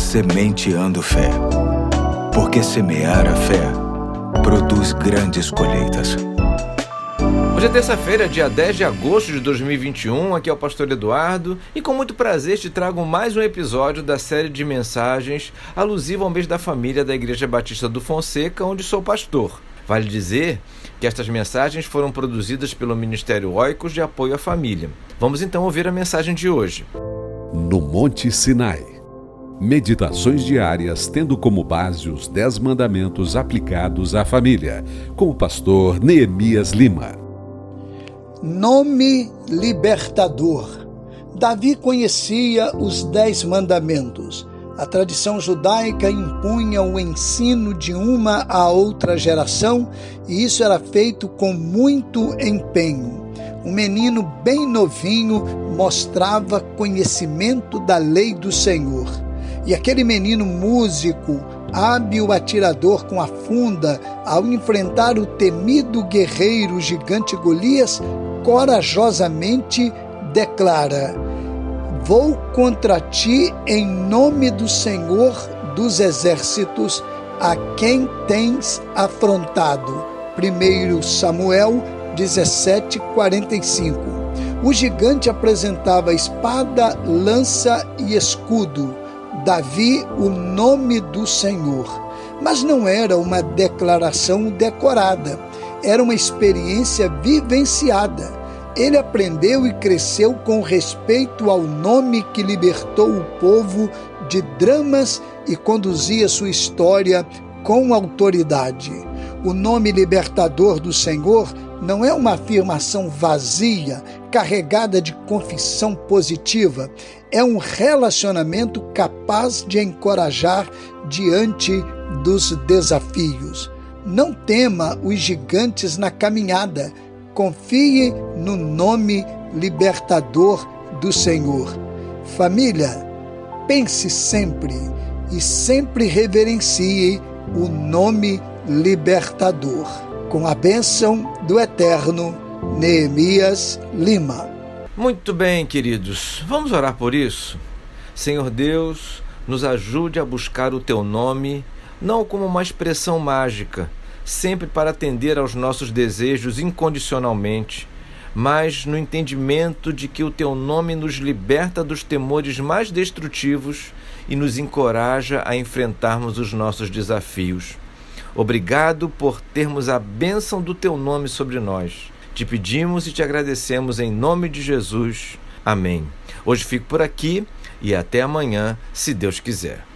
Sementeando Fé. Porque semear a fé produz grandes colheitas. Hoje é terça-feira, dia 10 de agosto de 2021, aqui é o Pastor Eduardo e com muito prazer te trago mais um episódio da série de mensagens alusiva ao mês da família da Igreja Batista do Fonseca, onde sou pastor. Vale dizer que estas mensagens foram produzidas pelo Ministério Oikos de Apoio à Família. Vamos então ouvir a mensagem de hoje. No Monte Sinai. Meditações diárias tendo como base os 10 mandamentos aplicados à família, com o pastor Neemias Lima. Nome libertador. Davi conhecia os 10 mandamentos. A tradição judaica impunha o ensino de uma a outra geração e isso era feito com muito empenho. Um menino bem novinho mostrava conhecimento da lei do Senhor. E aquele menino músico, hábil atirador com a funda, ao enfrentar o temido guerreiro gigante Golias, corajosamente declara: "Vou contra ti em nome do Senhor dos exércitos, a quem tens afrontado." 1 Samuel 17:45. O gigante apresentava espada, lança e escudo. Davi, o nome do Senhor. Mas não era uma declaração decorada, era uma experiência vivenciada. Ele aprendeu e cresceu com respeito ao nome que libertou o povo de dramas e conduzia sua história com autoridade. O nome libertador do Senhor não é uma afirmação vazia, carregada de confissão positiva. É um relacionamento capaz de encorajar diante dos desafios. Não tema os gigantes na caminhada. Confie no nome libertador do Senhor. Família, pense sempre e sempre reverencie o nome libertador. Com a bênção do eterno Neemias Lima. Muito bem, queridos, vamos orar por isso? Senhor Deus, nos ajude a buscar o Teu nome, não como uma expressão mágica, sempre para atender aos nossos desejos incondicionalmente, mas no entendimento de que o Teu nome nos liberta dos temores mais destrutivos e nos encoraja a enfrentarmos os nossos desafios. Obrigado por termos a bênção do Teu nome sobre nós. Te pedimos e te agradecemos em nome de Jesus. Amém. Hoje fico por aqui e até amanhã, se Deus quiser.